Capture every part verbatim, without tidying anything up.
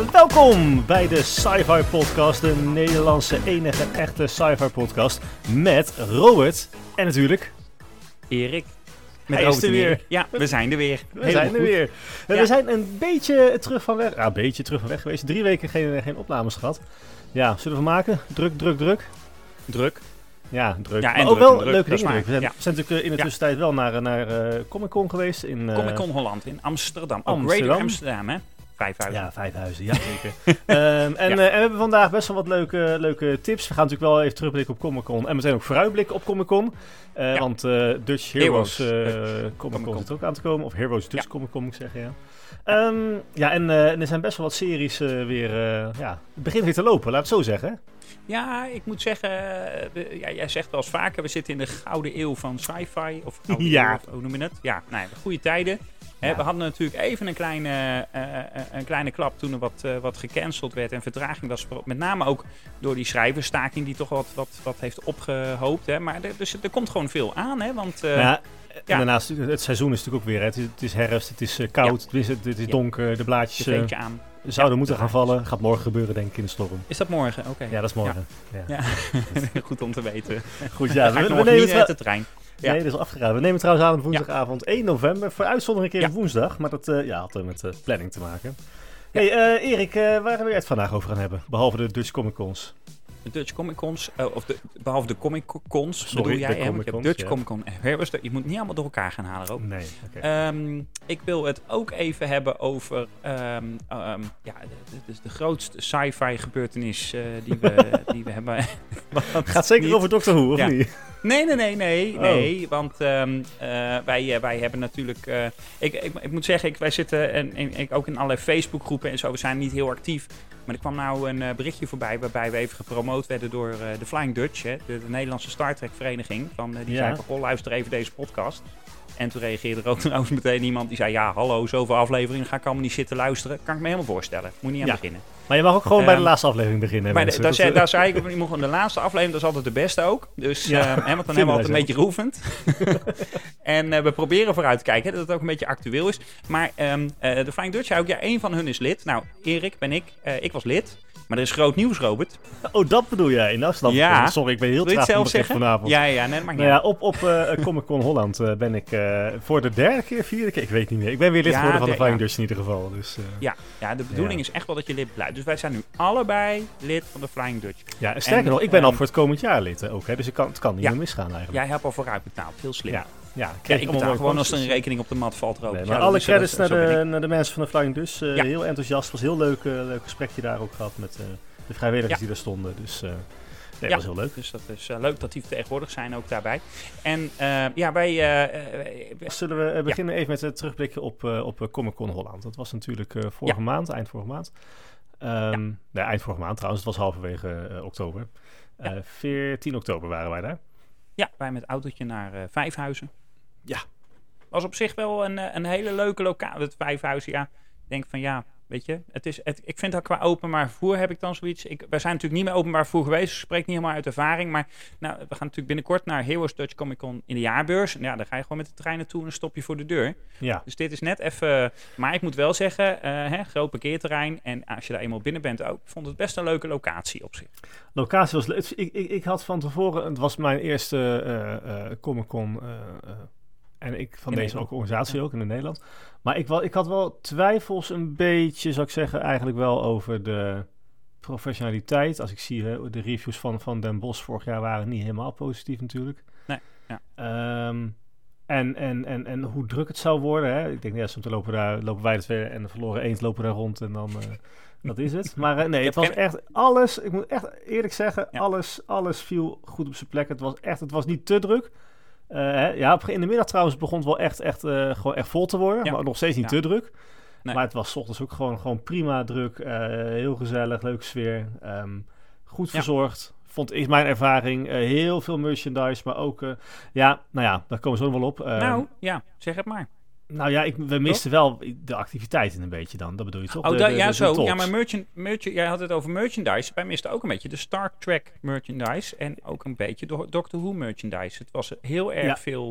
welkom bij de Sci-Fi Podcast, de Nederlandse enige echte Sci-Fi Podcast met Robert en natuurlijk Erik. Met Hij is er weer. Erik. Ja, we zijn er weer. We Helemaal zijn er goed. weer. Ja. We zijn een beetje terug van weg. Ja, een beetje terug van weg geweest. Drie weken geen, geen opnames gehad. Ja, zullen we maken? Druk, druk, druk. Druk. Ja, druk. Ja, en maar ook druk, wel en druk, leuke dat is dingen. waar. We zijn, Ja. we zijn natuurlijk uh, in de Ja. tussentijd wel naar, naar uh, Comic Con geweest. In, uh, Comic Con Holland in Amsterdam. Ook Amsterdam. Greater Amsterdam, hè? Vijfhuizen. Ja, vijfhuizen, ja zeker. um, en, Ja. uh, en we hebben vandaag best wel wat leuke, leuke tips. We gaan natuurlijk wel even terugblikken op Comic Con en meteen ook vooruitblikken op Comic Con. Uh, Ja. Want uh, Dutch Heroes, Heroes, uh, Dutch Comic Con Comic-Con. zit ook aan te komen. Of Heroes Dutch Ja. Comic Con moet ik zeggen, ja. Um, ja, en, uh, en er zijn best wel wat series uh, weer, uh, ja, het begint weer te lopen, laat het zo zeggen. Hè? Ja, ik moet zeggen, uh, we- ja, jij zegt wel eens vaker, we zitten in de gouden eeuw van sci-fi. Of gouden Ja. eeuw, of hoe noem je het? Ja, nou ja, goede tijden. Hè, Ja. we hadden natuurlijk even een kleine, uh, uh, een kleine klap toen er wat, uh, wat gecanceld werd. En vertraging was met name ook door die schrijversstaking die toch wat, wat, wat heeft opgehoopt. Hè. Maar er, dus er komt gewoon veel aan, hè. Want uh, Nou ja, en ja. daarnaast, het seizoen is natuurlijk ook weer, hè. Het, is, het is herfst, het is uh, koud, het is, het is Ja. donker, de blaadjes een uh, beetje aan. zouden Ja, moeten de gaan blaadjes. vallen. Gaat morgen gebeuren, denk ik, in de storm. Is dat morgen? Oké. Ja, dat is morgen. Ja. Ja. Goed om te weten. Goed, ja, Dan ga ik we, we nog nemen niet het met wel- de trein. Ja. Nee, dat is al afgeraden. We nemen trouwens aan op woensdagavond één november. Voor uitzondering een keer Ja. op woensdag. Maar dat uh, ja, had er met uh, planning te maken. Hey, uh, Erik, uh, waar hebben we het vandaag over gaan hebben? Behalve de Dutch Comic Cons. De Dutch Comic Cons, uh, of de, behalve de Comic Cons, Sorry, bedoel jij, de hè? Want je Comic hebt Cons, Dutch ja. Comic Con en Heroes. Je moet niet allemaal door elkaar gaan halen ook. Nee, oké. Ehm, ik wil het ook even hebben over ehm, ehm, ja, de, de, de, de grootste sci-fi gebeurtenis uh, die, we, die we hebben. Want Gaat zeker niet- over Doctor Who, of Ja. niet? Nee, nee, nee, nee, Oh. nee. Want ehm, uh, wij, uh, wij hebben natuurlijk... Uh, ik, ik, ik moet zeggen, ik, wij zitten en, en, ik ook in allerlei Facebookgroepen en zo. We zijn niet heel actief. Maar er kwam nou een uh, berichtje voorbij waarbij we even gepromoot werden door uh, de Flying Dutch. Hè, de, de Nederlandse Star Trek vereniging. Van, uh, die Ja. zei van, goh, luister even deze podcast. En toen reageerde er ook trouwens meteen iemand die zei... Ja, hallo, zoveel afleveringen ga ik allemaal niet zitten luisteren. Kan ik me helemaal voorstellen. Moet niet aan Ja. beginnen. Maar je mag ook gewoon bij de Ehm, laatste aflevering beginnen. Maar mensen. de- daar, Dat, zei, uh, daar zei ik, je moet gewoon de laatste aflevering, dat is altijd de beste ook. Dus, Ja, ja, hè, want dan vinden hebben we wij altijd een beetje geoefend. en uh, we proberen vooruit te kijken, hè, dat het ook een beetje actueel is. Maar um, uh, de Flying Dutch zei ook, ja, één van hun is lid. Nou, Erik ben ik. Uh, ik was lid. Maar er is groot nieuws, Robert. Oh, dat bedoel jij? Nou, snap ik. Ja. Sorry, ik ben heel Wil je het traag van zelf begrip zeggen? vanavond. Ja, ja, nee, dat maakt niet Nou ja, uit. op, op uh, Comic Con Holland uh, ben ik uh, voor de derde keer, vierde keer, ik weet niet meer. Ik ben weer lid Ja, geworden van de de- Flying ja. Dutch in ieder geval. Dus, uh, Ja, ja, de bedoeling Ja. is echt wel dat je lid blijft. Dus wij zijn nu allebei lid van de Flying Dutch. ja, en sterker En, nog, ik ben al ehm, voor het komend jaar lid hè, ook. Hè, dus ik kan, het kan niet Ja. meer misgaan eigenlijk. Jij hebt al vooruit betaald. Heel slim. Ja, ja, Ja, kreeg ik allemaal betaal mooie gewoon als er een posters. rekening op de mat valt, Robert. Nee, Ja, maar dat alle is- credits dat- naar zo ben de, ik. naar de mensen van de Flying Dutch. Uh, Ja. Heel enthousiast. Het was een heel leuk, uh, leuk gesprekje daar ook gehad met uh, de vrijwilligers Ja. die er stonden. Dus uh, nee, dat Ja. was heel leuk. Dus dat is uh, leuk dat die vertegenwoordigd zijn ook daarbij. En uh, ja, wij... Uh, uh, Zullen we uh, beginnen even met het terugblikken op, uh, op uh, Comic Con Holland. Dat was natuurlijk uh, vorige Ja. maand, eind vorige maand. Um, Nee, eind vorige maand trouwens. Het was halverwege uh, oktober. Uh, Ja. veertien oktober waren wij daar. ja, wij met autootje naar uh, Vijfhuizen. Ja. Was op zich wel een, uh, een hele leuke locatie. Het Vijfhuizen, ja. Ik denk van ja, weet je. Het is, het, ik vind dat qua openbaar vervoer heb ik dan zoiets. Ik, wij zijn natuurlijk niet meer openbaar vervoer geweest. Dus ik spreek niet helemaal uit ervaring. Maar nou, we gaan natuurlijk binnenkort naar Heroes Dutch Comic Con in de jaarbeurs. En ja, dan ga je gewoon met de trein naartoe en een stopje voor de deur. Ja. Dus dit is net even... Maar ik moet wel zeggen, uh, hè, groot parkeerterrein. En als je daar eenmaal binnen bent ook, vond het best een leuke locatie op zich. Locatie was leuk. Ik, ik, ik had van tevoren... Het was mijn eerste uh, uh, Comic Con... Uh, uh, en ik van In deze Nederland. organisatie Ja. ook in Nederland. Maar ik, wel, ik had wel twijfels een beetje, zou ik zeggen, eigenlijk wel over de professionaliteit. Als ik zie hè, de reviews van, van Den Bosch vorig jaar waren niet helemaal positief natuurlijk. Nee, ja. Um, en, en, en, en hoe druk het zou worden. Hè? Ik denk, ja, soms lopen, daar, lopen wij de twee en de verloren eend lopen daar rond en dan... Uh, dat is het. Maar uh, nee, het was echt alles... Ik moet echt eerlijk zeggen, ja. alles, alles viel goed op zijn plek. Het was echt, het was niet te druk. Uh, hè, ja, in de middag trouwens begon het wel echt, echt, uh, gewoon echt vol te worden. Ja. Maar nog steeds niet ja. te druk. Nee. Maar het was 's ochtends ook gewoon, gewoon prima druk. Uh, heel gezellig, leuke sfeer. Um, goed verzorgd. Ja. Vond ik mijn ervaring. Uh, heel veel merchandise, maar ook... Uh, ja, nou ja, daar komen ze ook wel op. Uh, nou, ja, zeg het maar. Nou ja, ik, we misten wel de activiteiten een beetje dan. Dat bedoel je toch? Oh, de, da, de, ja, de, zo. de ja, maar merchant, merchant, jij had het over merchandise. Wij misten ook een beetje de Star Trek merchandise. En ook een beetje de Doctor Who merchandise. Het was heel erg ja. veel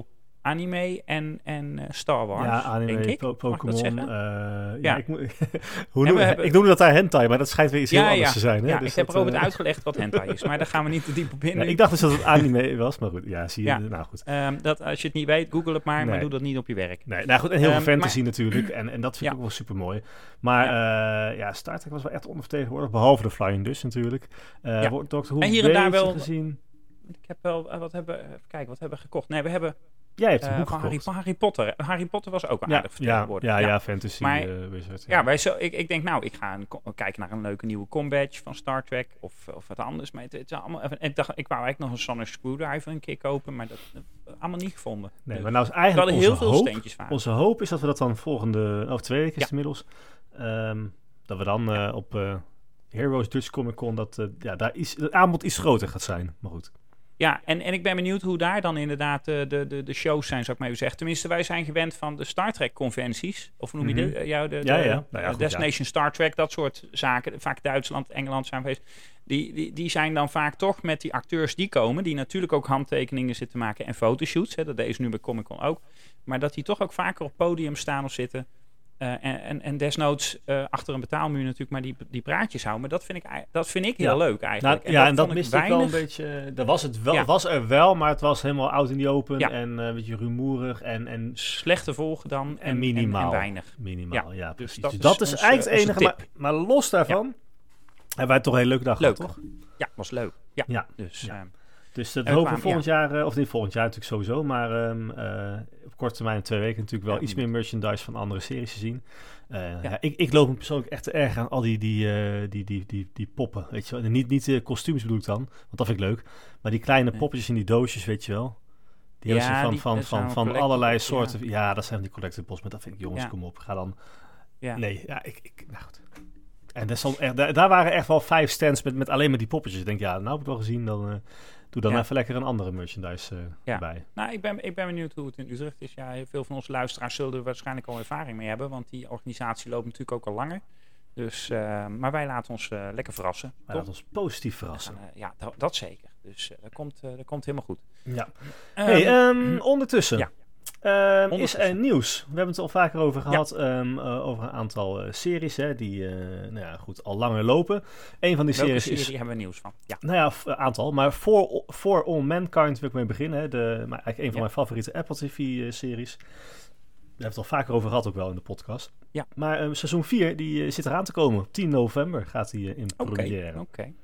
anime en, en uh, Star Wars, ja, anime, denk ik. Po- Pokémon. Uh, ja, ja. ik, hoe noem, hebben, ik noemde dat daar hentai, maar dat schijnt weer iets ja, heel anders ja. te zijn. Hè? Ja, dus ik heb dat, Robert uh, uitgelegd wat hentai is, maar daar gaan we niet te diep op in. Ja, ik dacht dus dat het anime was, maar goed. Ja, zie je. Ja. Nou goed. Um, dat, als je het niet weet, google het maar, nee. maar doe dat niet op je werk. Nee, nou goed, en heel um, veel fantasy maar, natuurlijk. En, en dat vind ik ja. ook wel super mooi. Maar ja. Uh, ja, Star Trek was wel echt ondervertegenwoordigd, behalve de Flying Dutch natuurlijk. Uh, ja. Wordt Doctor Who en hier en daar wel gezien. Ik heb wel, uh, wat hebben, even kijken, wat hebben we gekocht? Nee, we hebben Jij hebt een uh, boek van gekocht. Harry, Harry Potter. Harry Potter was ook ja, aardig vertegenwoordigd. Ja, ja, ja, ja, fantasy. Maar, uh, wizard, ja, ja wij zo, ik, ik denk nou, ik ga een, kijken naar een leuke nieuwe Combadge van Star Trek of, of wat anders. Maar het, het is allemaal even, ik dacht, ik wou eigenlijk nog een Sonic Screwdriver een keer kopen, maar dat uh, allemaal niet gevonden. Nee, dus, maar nou is eigenlijk we onze heel veel hoop, steentjes waren. Onze hoop is dat we dat dan volgende, over twee weken is ja. het inmiddels, um, dat we dan uh, op uh, Heroes Dutch Comic Con dat uh, ja, daar is, het aanbod iets groter gaat zijn. Maar goed. Ja, en, en ik ben benieuwd hoe daar dan inderdaad de, de, de, de shows zijn, zou ik maar even zeggen. Tenminste, wij zijn gewend van de Star Trek conventies. Of hoe noem je mm-hmm. de, jou de, de, ja, ja. Nou ja, goed, Destination ja. Star Trek, dat soort zaken. Vaak Duitsland, Engeland zijn geweest. Die, die, die zijn dan vaak toch met die acteurs die komen, die natuurlijk ook handtekeningen zitten maken en fotoshoots. Hè, dat deed ze nu bij Comic Con ook. Maar dat die toch ook vaker op podium staan of zitten. Uh, en, en, en desnoods uh, achter een betaalmuur natuurlijk maar die, die praatjes houden. Maar dat vind ik, dat vind ik heel ja. leuk eigenlijk. Nou, en ja, dat en dat miste ik wel een beetje. Dat was het wel, ja. was er wel, maar het was helemaal out in the open ja. en uh, een beetje rumoerig en, en slechte volgen dan en, en minimaal. En, en weinig. Minimaal, ja, ja precies. Dus dat, dus dat is, is eigenlijk het enige. Maar, maar los daarvan ja. hebben wij toch een hele leuke dag leuk. gehad, toch? Ja, was leuk. Ja, ja. dus. Ja. Um, Dus dat hopen we volgend ja. jaar, uh, of niet volgend jaar natuurlijk sowieso, maar um, uh, op korte termijn, twee weken natuurlijk wel ja, iets meer merchandise van andere series te zien. Uh, ja. Ja, ik, ik loop me persoonlijk echt te erg aan al die, die, uh, die, die, die, die poppen, weet je wel. En niet, niet de kostuums bedoel ik dan, want dat vind ik leuk. Maar die kleine nee. poppetjes in die doosjes, weet je wel. Die ja, hebben ze van, die, van, van, van, van allerlei soorten. Ja. ja, dat zijn die collectibles, maar dat vind ik, jongens, ja. kom op. Ga dan. Ja. Nee, ja, ik, ik nou goed. En dat is echt, daar, daar waren echt wel vijf stands met, met alleen maar die poppetjes. Ik denk, ja, nou heb ik wel gezien, dan uh, doe dan ja. even lekker een andere merchandise uh, ja. bij. Nou, ik ben, ik ben benieuwd hoe het in Utrecht is. Ja, veel van onze luisteraars zullen er waarschijnlijk al ervaring mee hebben, want die organisatie loopt natuurlijk ook al langer. Dus, uh, maar wij laten ons uh, lekker verrassen. Wij laten ons positief verrassen. Gaan, uh, ja, dat, dat zeker. Dus uh, dat, komt, uh, dat komt helemaal goed. Ja. Um, hey, um, ondertussen. Ja. Um, is er nieuws. We hebben het al vaker over gehad. Ja. Um, uh, over een aantal uh, series hè, die uh, nou ja, goed, al langer lopen. Een van die Welke series serie is. hebben we nieuws van? Ja. Nou ja, een aantal. Maar For, For All Mankind wil ik mee beginnen. Hè, de, maar eigenlijk een van ja. mijn favoriete Apple T V-series. Uh, Daar hebben we het al vaker over gehad, ook wel in de podcast. Ja. Maar um, seizoen vier die, uh, zit eraan te komen. tien november gaat die uh, in première. Oké. Okay.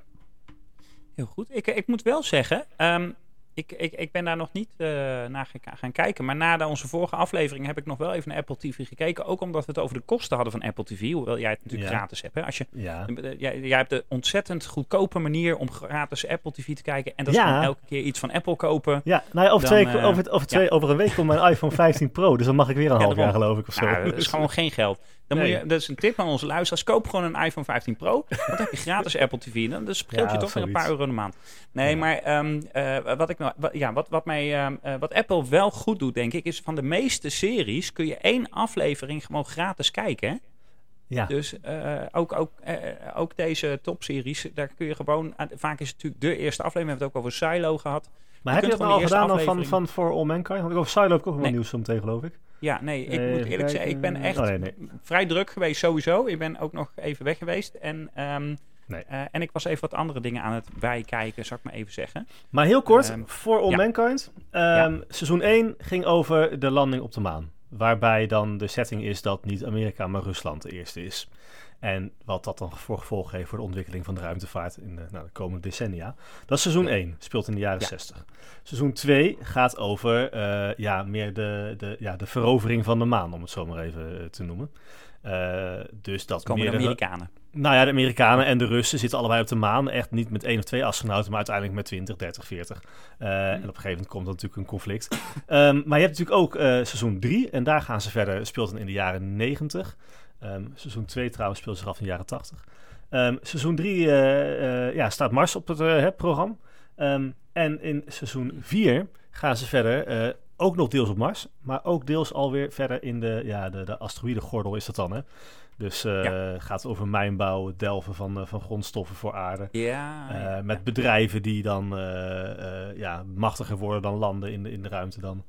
Heel goed. Ik, ik moet wel zeggen. Um, Ik, ik, ik ben daar nog niet uh, naar ge- gaan kijken. Maar na de, onze vorige aflevering heb ik nog wel even naar Apple T V gekeken. Ook omdat we het over de kosten hadden van Apple T V. Hoewel jij het natuurlijk ja. gratis hebt. Hè? Als je, ja. uh, jij, jij hebt de ontzettend goedkope manier om gratis Apple T V te kijken. En dat is ja. gewoon elke keer iets van Apple kopen. Ja, nou ja, over, dan, twee, uh, over, over, twee, ja. over een week komt mijn iPhone vijftien Pro. Dus dan mag ik weer een ja, half jaar geloof ik of zo. Nou, dat is gewoon geen geld. Dan nee. moet je, dat is een tip aan onze luisteraars. Koop gewoon een iPhone vijftien Pro. Want dan heb je gratis Apple T V. Dan scheelt ja, je toch weer een paar euro in de maand. Nee, ja. maar um, uh, wat, ik nou, wat, ja, wat, wat, mij, um, uh, wat Apple wel goed doet, denk ik, is van de meeste series kun je één aflevering gewoon gratis kijken. Hè? Ja. Dus uh, ook, ook, uh, ook deze topseries, daar kun je gewoon... Uh, vaak is het natuurlijk de eerste aflevering. We hebben het ook over Silo gehad. Maar je heb je het nou al gedaan aflevering... van, van For All Mankind? Want over Silo heb ik ook wel nee. nieuws zo meteen, geloof ik. Ja, nee, ik nee, moet eerlijk zeggen, ik ben echt oh, nee, nee. vrij druk geweest sowieso. Ik ben ook nog even weg geweest. En, um, nee. uh, en ik was even wat andere dingen aan het bijkijken, zou ik maar even zeggen. Maar heel kort, um, For All ja. Mankind. Um, ja. Seizoen één ging over de landing op de maan. Waarbij dan de setting is dat niet Amerika, maar Rusland de eerste is. En wat dat dan voor gevolgen heeft voor de ontwikkeling van de ruimtevaart in de, nou, de komende decennia. Dat is seizoen één, speelt in de jaren ja. zestig. Seizoen twee gaat over uh, ja, meer de, de, ja, de verovering van de maan, om het zo maar even uh, te noemen. Uh, dus dat komen meer de Amerikanen. Nou ja, de Amerikanen en de Russen zitten allebei op de maan. Echt niet met één of twee astronauten, maar uiteindelijk met twintig, dertig, veertig. Uh, mm. En op een gegeven moment komt er natuurlijk een conflict. um, maar je hebt natuurlijk ook uh, seizoen drie. En daar gaan ze verder, speelt dan in de jaren negentig. Um, seizoen twee trouwens speelt zich af in de jaren tachtig. Um, seizoen drie uh, uh, ja, staat Mars op het uh, programma. Um, en in seizoen vier gaan ze verder, uh, ook nog deels op Mars, maar ook deels alweer verder in de, ja, de, de asteroïdengordel is dat dan, hè? Dus uh, ja. gaat over mijnbouw, het delven van, uh, van grondstoffen voor aarde. Ja, uh, ja. Met bedrijven die dan uh, uh, ja, machtiger worden dan landen in de, in de ruimte dan.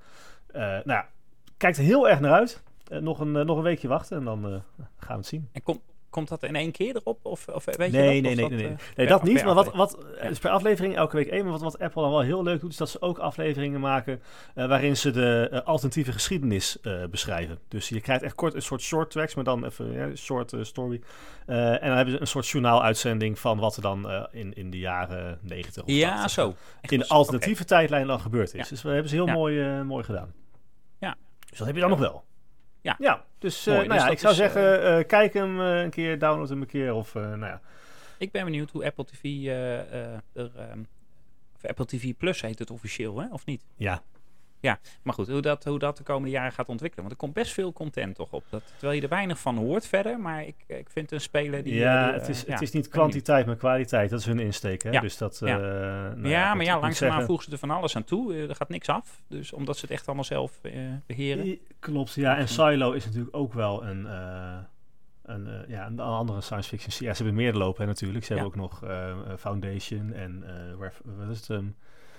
nou ja, kijkt er heel erg naar uit. Uh, nog, een, uh, nog een weekje wachten en dan uh, gaan we het zien. En kom, komt dat in één keer erop? Of, of weet nee, je dat? Nee, of nee, dat, nee. nee. Uh, nee dat niet. Maar wat, wat ja. is per aflevering elke week één. Maar wat, wat Apple dan wel heel leuk doet, is dat ze ook afleveringen maken uh, waarin ze de uh, alternatieve geschiedenis uh, beschrijven. Dus je krijgt echt kort een soort short tracks, maar dan even een ja, short uh, story. Uh, en dan hebben ze een soort journaaluitzending van wat er dan uh, in, in de jaren negentig of ja, tachtig, zo. in de alternatieve okay. tijdlijn dan gebeurd is. Ja. Dus dat hebben ze heel ja. mooi, uh, mooi gedaan. Ja. Dus dat heb je dan ja. nog wel. Ja, ja dus, uh, Mooi, nou dus ja, ik zou is, zeggen, uh, kijk hem uh, een keer, download hem een keer. Of, uh, nou ja. Ik ben benieuwd hoe Apple T V, uh, uh, er, um, of Apple T V Plus heet het officieel, hè? Of niet? Ja. Ja, maar goed, hoe dat, hoe dat de komende jaren gaat ontwikkelen. Want er komt best veel content toch op. Dat, terwijl je er weinig van hoort verder. Maar ik, ik vind een speler die... Ja, die, het, is, uh, het ja, is niet kwantiteit, maar kwaliteit. Dat is hun insteek, hè? Ja. Dus dat... Uh, ja, nou ja, ja maar ja, langzaamaan zeggen... voegen ze er van alles aan toe. Uh, er gaat niks af. Dus omdat ze het echt allemaal zelf uh, beheren. I, klopt, ja. En Silo is natuurlijk ook wel een... Uh, Een, uh, ja, een andere science fiction serie. Ja, ze hebben meer lopen hè, natuurlijk. Ze ja. hebben ook nog uh, Foundation en uh, waar, wat is het? Um,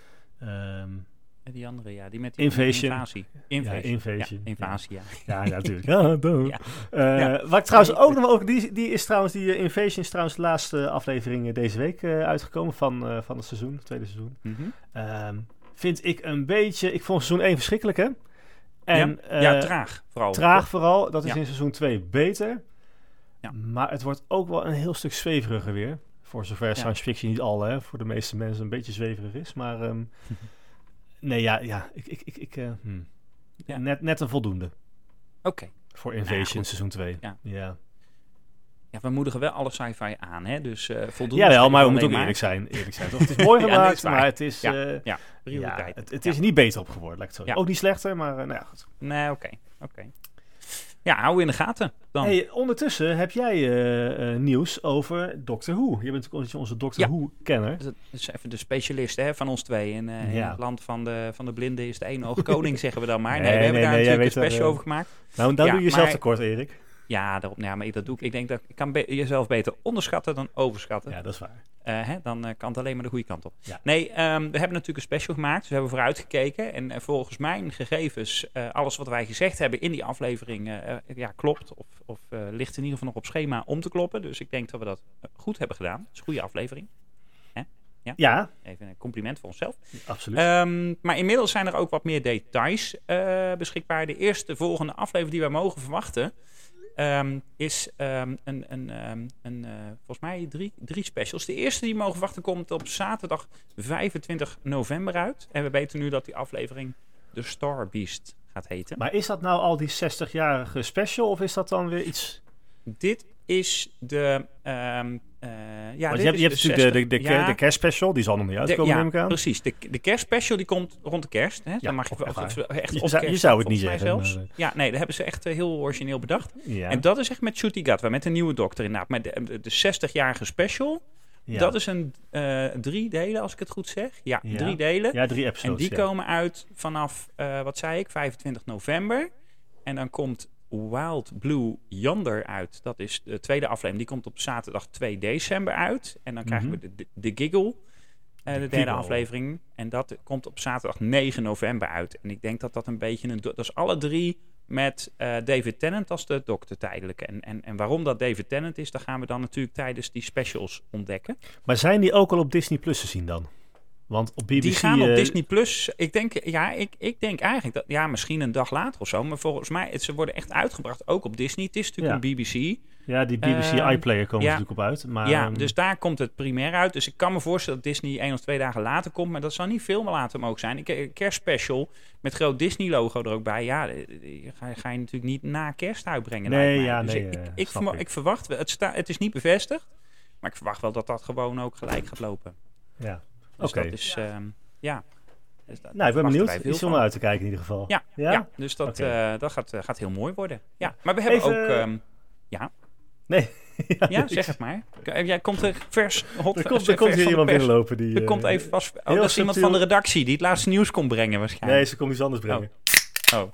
um, en die andere, ja, die met die Invasion. Invasie. Invasion. Ja, Invasion. Ja, Invasie, ja. Ja, ja natuurlijk. Ja, ja. Uh, ja. Wat ik trouwens ook nog ook die, die is trouwens die uh, Invasion is trouwens de laatste aflevering uh, deze week uh, uitgekomen van, uh, van het seizoen, het tweede seizoen. Mm-hmm. Um, vind ik een beetje. Ik vond seizoen één verschrikkelijk, hè? En, ja, uh, ja, traag vooral. Traag vooral. Dat is ja. in seizoen twee beter. Ja. Maar het wordt ook wel een heel stuk zweveriger weer. Voor zover ja. science fiction niet al, hè, voor de meeste mensen een beetje zweverig is. Maar um, nee, ja, ja ik, ik, ik, ik uh, hmm. ja. net, net een voldoende. Oké. Okay. Voor Invasion nou, seizoen twee. Ja. ja. Ja, we moedigen wel alle sci-fi aan, hè? Dus uh, voldoende. Ja, wel, maar we moeten ook eerlijk zijn. Eerlijk zijn toch? Het is mooi gemaakt, ja, maar het is... Ja, uh, ja prioriteit. Ja, het het ja. is niet beter op geworden, laat ik het zo ja. Ook niet slechter, maar uh, nou ja, goed. Nee, oké. Okay, oké. Okay. Ja, hou in de gaten dan. Hey, ondertussen heb jij uh, uh, nieuws over Doctor Who. Je bent natuurlijk onze Doctor ja. Who-kenner. Dat is even de specialist hè, van ons twee. En, uh, ja. in het land van de, van de blinden is de eenhoog koning, zeggen we dan maar. Nee, nee we hebben nee, daar nee, natuurlijk een special er, uh, over gemaakt. Nou, dan ja, doe je jezelf maar, tekort, Erik. Ja, daarop, nou, maar dat doe ik. Ik denk dat ik kan be- jezelf beter onderschatten dan overschatten. Ja, dat is waar. Uh, hè, dan uh, kan het alleen maar de goede kant op. Ja. Nee, um, we hebben natuurlijk een special gemaakt. Dus we hebben vooruit gekeken. En uh, volgens mijn gegevens, uh, alles wat wij gezegd hebben in die aflevering, uh, uh, ja, klopt. Of, of uh, ligt in ieder geval nog op schema om te kloppen. Dus ik denk dat we dat uh, goed hebben gedaan. Het is een goede aflevering. Hè? Ja? ja. Even een compliment voor onszelf. Absoluut. Um, maar inmiddels zijn er ook wat meer details uh, beschikbaar. De eerste volgende aflevering die wij mogen verwachten... Um, is um, een, een, um, een uh, volgens mij drie, drie specials. De eerste die mogen wachten komt op zaterdag vijfentwintig november uit. En we weten nu dat die aflevering The Star Beast gaat heten. Maar is dat nou al die zestigjarige special of is dat dan weer iets... Dit is de... Um, uh, ja, Want dit je hebt, is je hebt de natuurlijk de, de, de, ja, de kerstspecial, die zal nog niet uitkomen, de, ja, neem ik aan. precies. De, de kerstspecial die komt rond de kerst. Hè? Ja, dan mag je wel echt, echt je, op zou, kerst, je zou het niet zeggen. Zelfs. Maar, ja, nee, dat hebben ze echt uh, heel origineel bedacht. Ja. En dat is echt met Ncuti Gatwa, met een nieuwe dokter inderdaad. Met de, de zestigjarige special. Ja. Dat is een uh, drie delen, als ik het goed zeg. Ja, ja. drie delen. Ja, drie episodes. En die ja. komen uit vanaf, uh, wat zei ik, vijfentwintig november. En dan komt Wild Blue Yonder uit. Dat is de tweede aflevering. Die komt op zaterdag twee december uit. En dan krijgen mm-hmm. we de, de, de Giggle, uh, de, de derde giggle. aflevering. En dat komt op zaterdag negen november uit. En ik denk dat dat een beetje een... Dat is alle drie met uh, David Tennant als de dokter tijdelijk. En, en, en waarom dat David Tennant is, dat gaan we dan natuurlijk tijdens die specials ontdekken. Maar zijn die ook al op Disney Plus te zien dan? Want op B B C... Die gaan op uh, Disney Plus. Ik denk, ja, ik, ik denk eigenlijk dat... Ja, misschien een dag later of zo. Maar volgens mij, het, ze worden echt uitgebracht. Ook op Disney. Het is natuurlijk ja. een B B C. Ja, die B B C uh, iPlayer komen ja. natuurlijk op uit. Maar, ja, um, dus daar komt het primair uit. Dus ik kan me voorstellen dat Disney één of twee dagen later komt. Maar dat zal niet veel meer later mogen zijn. Een kerstspecial met groot Disney-logo er ook bij. Ja, ga, ga je natuurlijk niet na kerst uitbrengen. Nee, ja, dus nee. Ik, uh, ik, ik, verma- ik verwacht... Het, sta, het is niet bevestigd. Maar ik verwacht wel dat dat gewoon ook gelijk gaat lopen. Ja, dus oké. Okay. dat is... Um, Ja. Dus dat, nou, ik ben benieuwd. Iets om uit te kijken in ieder geval. Ja, ja? ja dus dat, okay. uh, dat gaat, uh, gaat heel mooi worden. Ja, maar we hebben Even, ook... Um, ja. Nee. ja, ja zeg het maar. Jij komt er vers... Hot, er komt, er komt hier iemand binnenlopen die... Er uh, komt even vast... Oh, dat is iemand van de redactie die het laatste nieuws komt brengen waarschijnlijk. Nee, ze komt iets anders brengen. Oh. oh.